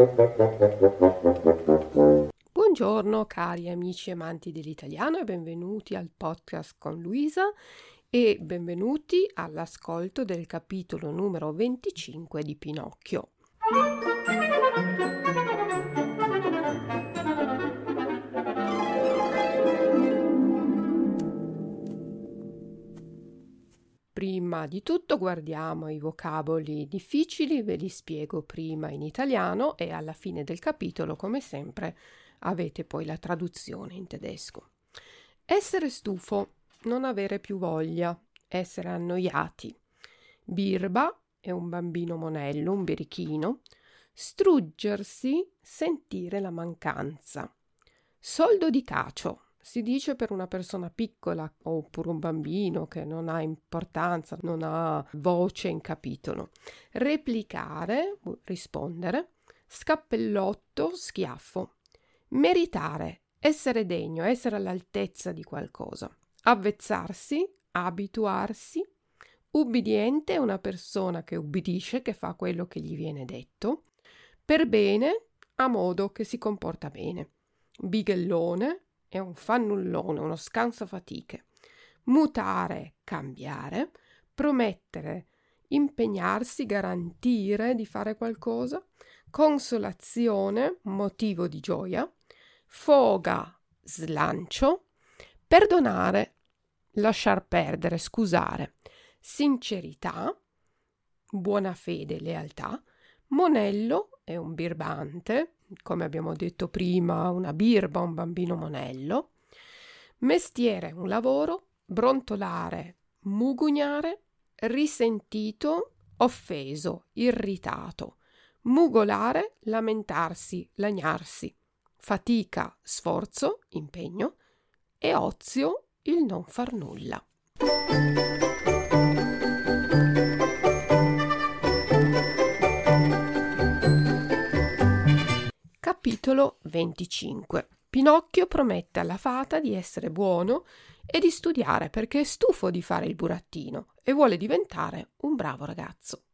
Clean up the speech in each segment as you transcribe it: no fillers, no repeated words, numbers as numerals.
Buongiorno cari amici e amanti dell'italiano e benvenuti al podcast con Luisa e benvenuti all'ascolto del capitolo numero 25 di Pinocchio. Prima di tutto guardiamo i vocaboli difficili, ve li spiego prima in italiano e alla fine del capitolo, come sempre, avete poi la traduzione in tedesco. Essere stufo, non avere più voglia, essere annoiati. Birba è un bambino monello, un birichino. Struggersi, sentire la mancanza. Soldo di cacio. Si dice per una persona piccola oppure un bambino che non ha importanza, non ha voce in capitolo. Replicare, rispondere. Scappellotto, schiaffo. Meritare, essere degno, essere all'altezza di qualcosa. Avvezzarsi, abituarsi. Ubbidiente è una persona che ubbidisce, che fa quello che gli viene detto. Per bene, a modo che si comporta bene. Bighellone è un fannullone, uno scansafatiche. Mutare, cambiare. Promettere, impegnarsi, garantire di fare qualcosa. Consolazione, motivo di gioia. Foga, slancio. Perdonare, lasciar perdere, scusare. Sincerità, buona fede, lealtà. Monello è un birbante, come abbiamo detto prima, una birba, un bambino monello. Mestiere, un lavoro. Brontolare, mugugnare. Risentito, offeso, irritato. Mugolare, lamentarsi, lagnarsi. Fatica, sforzo, impegno. E ozio, il non far nulla. Capitolo 25. Pinocchio promette alla fata di essere buono e di studiare perché è stufo di fare il burattino e vuole diventare un bravo ragazzo.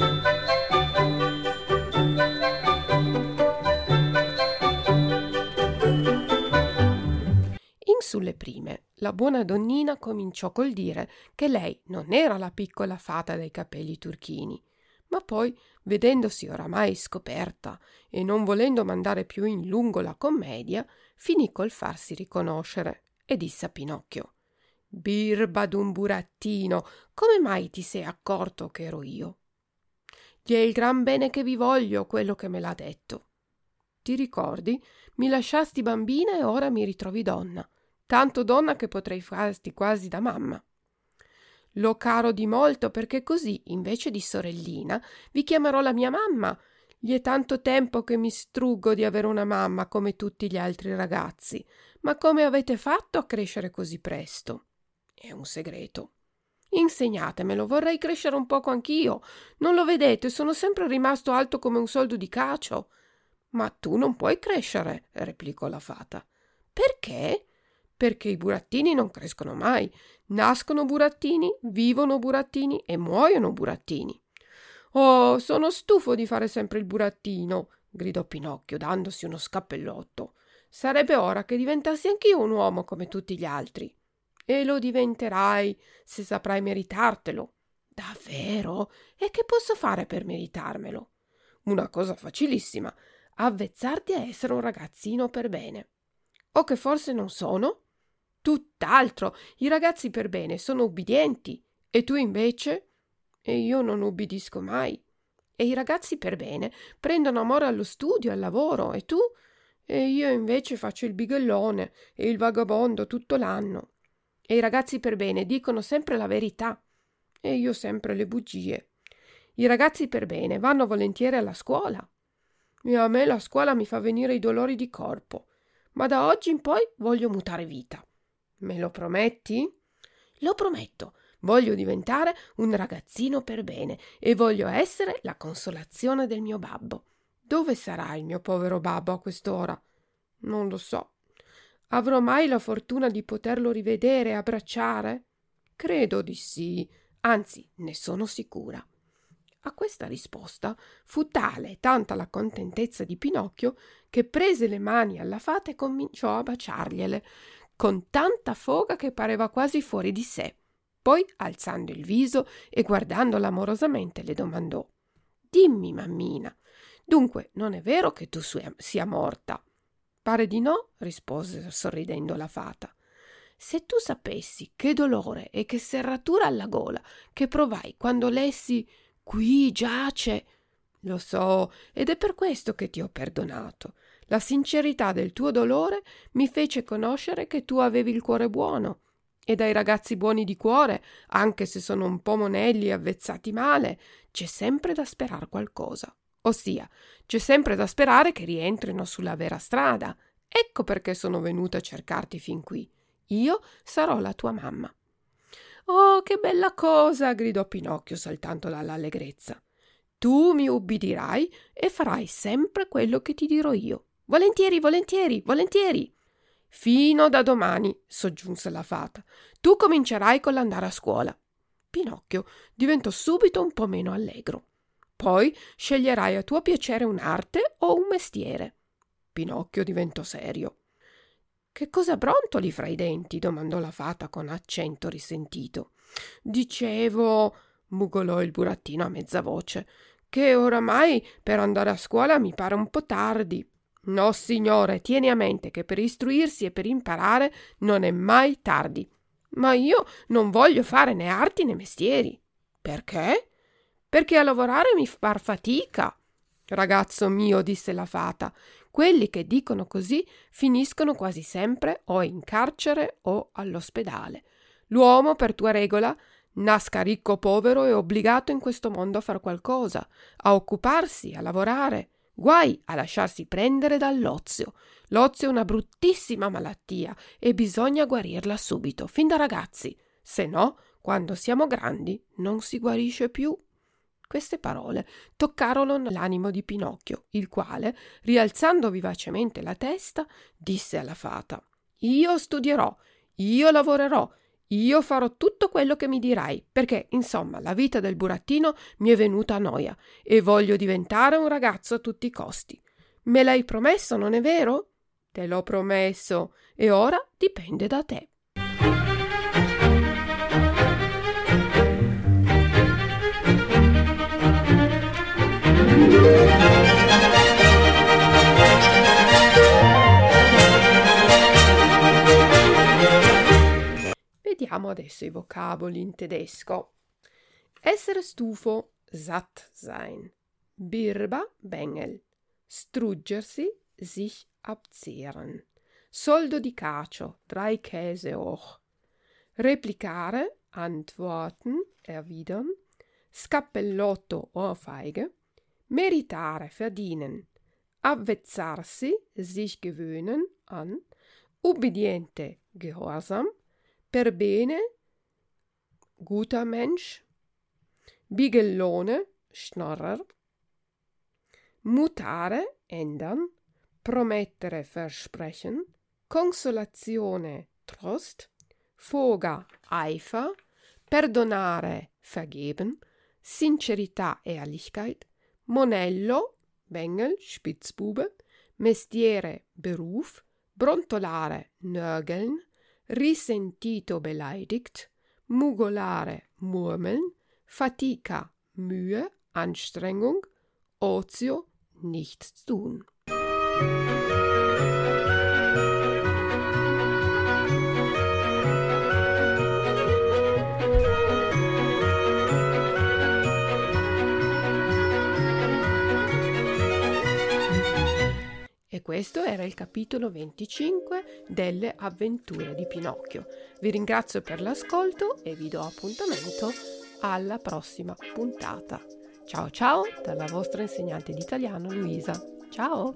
Sulle prime, la buona donnina cominciò col dire che lei non era la piccola fata dai capelli turchini, ma poi, vedendosi oramai scoperta e non volendo mandare più in lungo la commedia, finì col farsi riconoscere e disse a Pinocchio: «Birba d'un burattino, come mai ti sei accorto che ero io? Gli è il gran bene che vi voglio quello che me l'ha detto. Ti ricordi? Mi lasciasti bambina e ora mi ritrovi donna. Tanto donna che potrei farti quasi da mamma. Lo caro di molto perché così, invece di sorellina, vi chiamerò la mia mamma. Gli è tanto tempo che mi struggo di avere una mamma come tutti gli altri ragazzi. Ma come avete fatto a crescere così presto? È un segreto. Insegnatemelo, vorrei crescere un poco anch'io. Non lo vedete, sono sempre rimasto alto come un soldo di cacio. Ma tu non puoi crescere, replicò la fata. Perché? Perché i burattini non crescono mai. Nascono burattini, vivono burattini e muoiono burattini. Oh, sono stufo di fare sempre il burattino, gridò Pinocchio, dandosi uno scappellotto. Sarebbe ora che diventassi anch'io un uomo come tutti gli altri. E lo diventerai se saprai meritartelo. Davvero? E che posso fare per meritarmelo? Una cosa facilissima, avvezzarti a essere un ragazzino per bene. O che forse non sono? Tutt'altro, i ragazzi per bene sono ubbidienti e tu invece? E io non ubbidisco mai. E i ragazzi per bene prendono amore allo studio, al lavoro e tu? E io invece faccio il bighellone e il vagabondo tutto l'anno. E i ragazzi per bene dicono sempre la verità e io sempre le bugie. I ragazzi per bene vanno volentieri alla scuola e a me la scuola mi fa venire i dolori di corpo. Ma da oggi in poi voglio mutare vita. Me lo prometti? Lo prometto. Voglio diventare un ragazzino per bene e voglio essere la consolazione del mio babbo. Dove sarà il mio povero babbo a quest'ora? Non lo so. Avrò mai la fortuna di poterlo rivedere e abbracciare? Credo di sì, anzi, ne sono sicura. A questa risposta fu tale e tanta la contentezza di Pinocchio che prese le mani alla fata e cominciò a baciargliele con tanta foga che pareva quasi fuori di sé. Poi, alzando il viso e guardandola amorosamente, le domandò: «Dimmi, mammina, dunque non è vero che tu sia morta?» «Pare di no», rispose sorridendo la fata. «Se tu sapessi che dolore e che serratura alla gola che provai quando lessi «Qui giace». Lo so, ed è per questo che ti ho perdonato. La sincerità del tuo dolore mi fece conoscere che tu avevi il cuore buono. E dai ragazzi buoni di cuore, anche se sono un po' monelli e avvezzati male, c'è sempre da sperare qualcosa. Ossia, c'è sempre da sperare che rientrino sulla vera strada. Ecco perché sono venuta a cercarti fin qui. Io sarò la tua mamma». «Oh, che bella cosa!» gridò Pinocchio saltando dall'allegrezza. «Tu mi ubbidirai e farai sempre quello che ti dirò io. Volentieri, volentieri, volentieri!» «Fino da domani», soggiunse la fata. «Tu comincerai con l'andare a scuola». Pinocchio diventò subito un po' meno allegro. «Poi sceglierai a tuo piacere un'arte o un mestiere». Pinocchio diventò serio. «Che cosa brontoli fra i denti?» domandò la fata con accento risentito. «Dicevo», mugolò il burattino a mezza voce, «che oramai per andare a scuola mi pare un po' tardi». «No, signore, tieni a mente che per istruirsi e per imparare non è mai tardi». «Ma io non voglio fare né arti né mestieri». «Perché?» «Perché a lavorare mi far fatica». «Ragazzo mio», disse la fata, «quelli che dicono così finiscono quasi sempre o in carcere o all'ospedale. L'uomo, per tua regola, nasca ricco o povero, è obbligato in questo mondo a far qualcosa, a occuparsi, a lavorare. Guai a lasciarsi prendere dall'ozio. L'ozio è una bruttissima malattia e bisogna guarirla subito, fin da ragazzi. Se no, quando siamo grandi, non si guarisce più». Queste parole toccarono l'animo di Pinocchio, il quale, rialzando vivacemente la testa, disse alla fata: «Io studierò, io lavorerò, io farò tutto quello che mi dirai, perché, insomma, la vita del burattino mi è venuta a noia e voglio diventare un ragazzo a tutti i costi. Me l'hai promesso, non è vero?» «Te l'ho promesso e ora dipende da te». Vediamo adesso i vocaboli in tedesco. Essere stufo, satt sein. Birba, Bengel. Struggersi, sich abzehren. Soldo di cacio, 3 Käse hoch. Replicare, antworten, erwidern. Scappellotto, Ohrfeige. Meritare, verdienen. Abwezzarsi, sich gewöhnen, an. Ubbidiente, gehorsam. Per bene, guter Mensch. Bigellone, Schnorrer. Mutare, ändern. Promettere, versprechen. Consolazione, Trost. Foga, Eifer. Perdonare, vergeben. Sincerità, Ehrlichkeit. Monello, Bengel, Spitzbube. Mestiere, Beruf. Brontolare, nörgeln. Risentito, beleidigt. Mugolare, murmeln. Fatica, Mühe, Anstrengung. Ozio, nichts tun. E questo era il capitolo 25 delle avventure di Pinocchio. Vi ringrazio per l'ascolto e vi do appuntamento alla prossima puntata. Ciao ciao dalla vostra insegnante di italiano Luisa. Ciao!